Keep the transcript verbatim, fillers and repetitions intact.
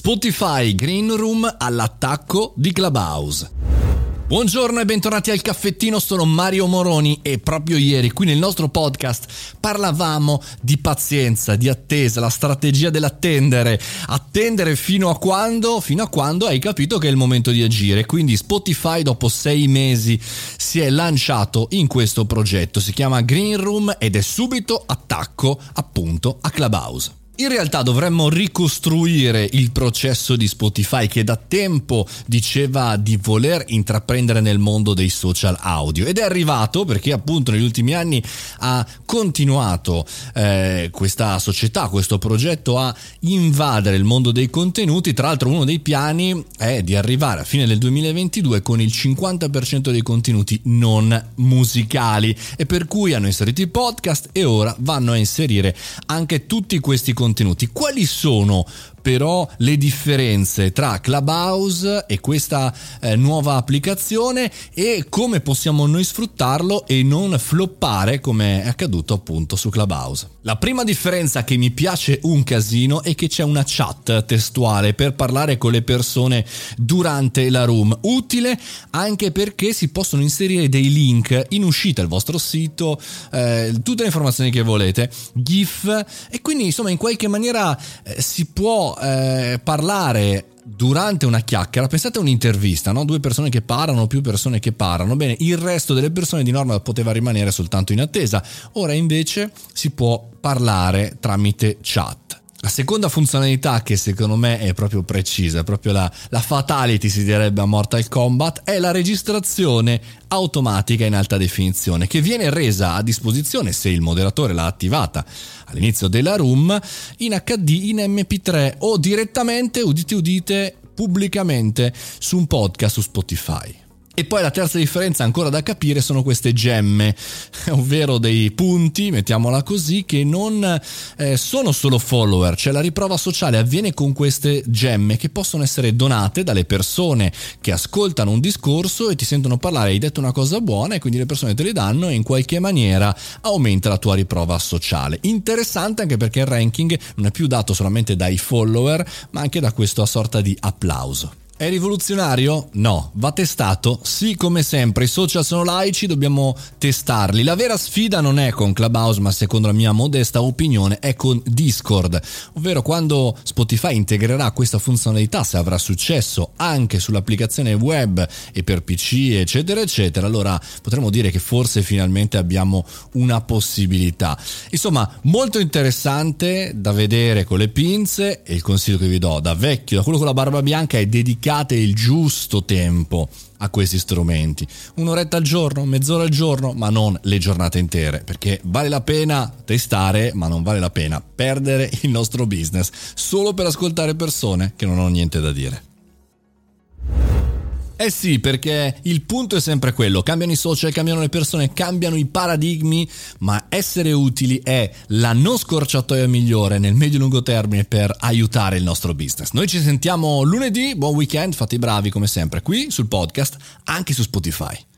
Spotify Green Room all'attacco di Clubhouse. Buongiorno e bentornati al caffettino, sono Mario Moroni e proprio ieri qui nel nostro podcast parlavamo di pazienza, di attesa, la strategia dell'attendere. Attendere fino a quando? Fino a quando hai capito che è il momento di agire. Quindi Spotify dopo sei mesi si è lanciato in questo progetto, si chiama Green Room ed è subito attacco appunto a Clubhouse. In realtà dovremmo ricostruire il processo di Spotify che da tempo diceva di voler intraprendere nel mondo dei social audio ed è arrivato perché appunto negli ultimi anni ha continuato eh, questa società, questo progetto a invadere il mondo dei contenuti. Tra l'altro uno dei piani è di arrivare a fine del duemilaventidue con il cinquanta per cento dei contenuti non musicali e per cui hanno inserito i podcast e ora vanno a inserire anche tutti questi contenuti. Contenuti. Quali sono però le differenze tra Clubhouse e questa eh, nuova applicazione e come possiamo noi sfruttarlo e non floppare come è accaduto appunto su Clubhouse? La prima differenza che mi piace un casino è che c'è una chat testuale per parlare con le persone durante la room, utile anche perché si possono inserire dei link in uscita al vostro sito, eh, tutte le informazioni che volete, GIF e quindi insomma in qualche maniera eh, si può Eh, parlare durante una chiacchiera. Pensate a un'intervista, no? Due persone che parlano, più persone che parlano. Bene, il resto delle persone di norma poteva rimanere soltanto in attesa. Ora invece si può parlare tramite chat. La seconda funzionalità che secondo me è proprio precisa, è proprio la, la fatality si direbbe a Mortal Kombat, è la registrazione automatica in alta definizione che viene resa a disposizione se il moderatore l'ha attivata all'inizio della room in acca di, in emme pi tre o direttamente, udite udite, pubblicamente su un podcast su Spotify. E poi la terza differenza ancora da capire sono queste gemme, ovvero dei punti, mettiamola così, che non eh, sono solo follower, cioè la riprova sociale avviene con queste gemme che possono essere donate dalle persone che ascoltano un discorso e ti sentono parlare, hai detto una cosa buona e quindi le persone te le danno e in qualche maniera aumenta la tua riprova sociale. Interessante anche perché il ranking non è più dato solamente dai follower, ma anche da questa sorta di applauso. È rivoluzionario? No. Va testato? Sì, come sempre. I social sono laici, dobbiamo testarli. La vera sfida non è con Clubhouse, ma secondo la mia modesta opinione è con Discord. Ovvero quando Spotify integrerà questa funzionalità, se avrà successo anche sull'applicazione web e per P C, eccetera, eccetera, allora potremo dire che forse finalmente abbiamo una possibilità. Insomma, molto interessante da vedere con le pinze e il consiglio che vi do da vecchio, da quello con la barba bianca, è dedicato il giusto tempo a questi strumenti, un'oretta al giorno, mezz'ora al giorno, ma non le giornate intere, perché vale la pena testare, ma non vale la pena perdere il nostro business solo per ascoltare persone che non hanno niente da dire. Eh sì, perché il punto è sempre quello, cambiano i social, cambiano le persone, cambiano i paradigmi, ma essere utili è la non scorciatoia migliore nel medio-lungo termine per aiutare il nostro business. Noi ci sentiamo lunedì, buon weekend, fate i bravi come sempre qui sul podcast, anche su Spotify.